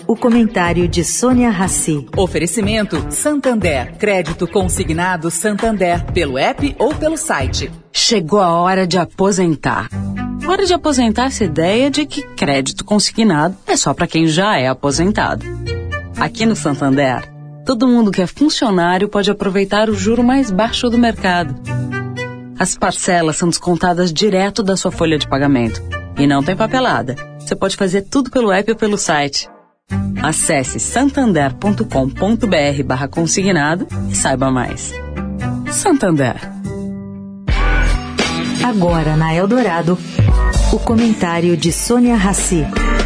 O comentário de Sônia Rassi. Oferecimento Santander. Crédito consignado Santander. Pelo app ou pelo site. Chegou a hora de aposentar. Hora de aposentar essa ideia de que crédito consignado é só para quem já é aposentado. Aqui no Santander, todo mundo que é funcionário pode aproveitar o juro mais baixo do mercado. As parcelas são descontadas direto da sua folha de pagamento. E não tem papelada. Você pode fazer tudo pelo app ou pelo site. Acesse santander.com.br/consignado e saiba mais. Santander. Agora na Eldorado, o comentário de Sônia Rassi.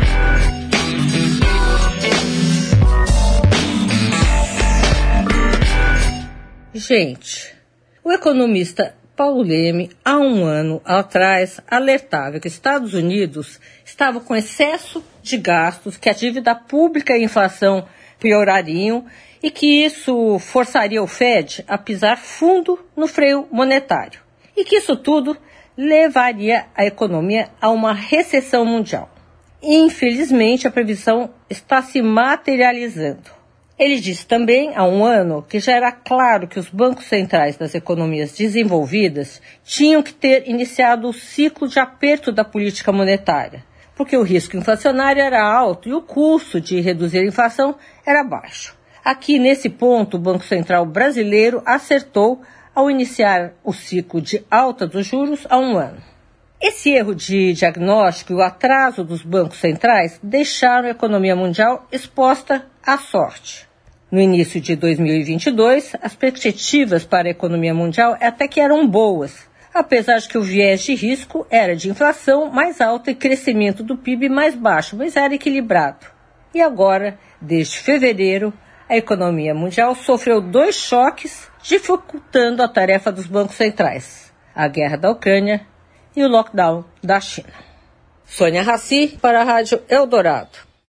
Gente, o economista Paulo Leme, há um ano atrás, alertava que os Estados Unidos estavam com excesso de gastos, que a dívida pública e a inflação piorariam e que isso forçaria o Fed a pisar fundo no freio monetário e que isso tudo levaria a economia a uma recessão mundial. Infelizmente, a previsão está se materializando. Ele disse também, há um ano, que já era claro que os bancos centrais das economias desenvolvidas tinham que ter iniciado o ciclo de aperto da política monetária, porque o risco inflacionário era alto e o custo de reduzir a inflação era baixo. Aqui, nesse ponto, o Banco Central brasileiro acertou ao iniciar o ciclo de alta dos juros há um ano. Esse erro de diagnóstico e o atraso dos bancos centrais deixaram a economia mundial exposta à sorte. No início de 2022, as perspectivas para a economia mundial até que eram boas, apesar de que o viés de risco era de inflação mais alta e crescimento do PIB mais baixo, mas era equilibrado. E agora, desde fevereiro, a economia mundial sofreu 2 choques, dificultando a tarefa dos bancos centrais: a guerra da Ucrânia e o lockdown da China. Sônia Rassi para a Rádio Eldorado.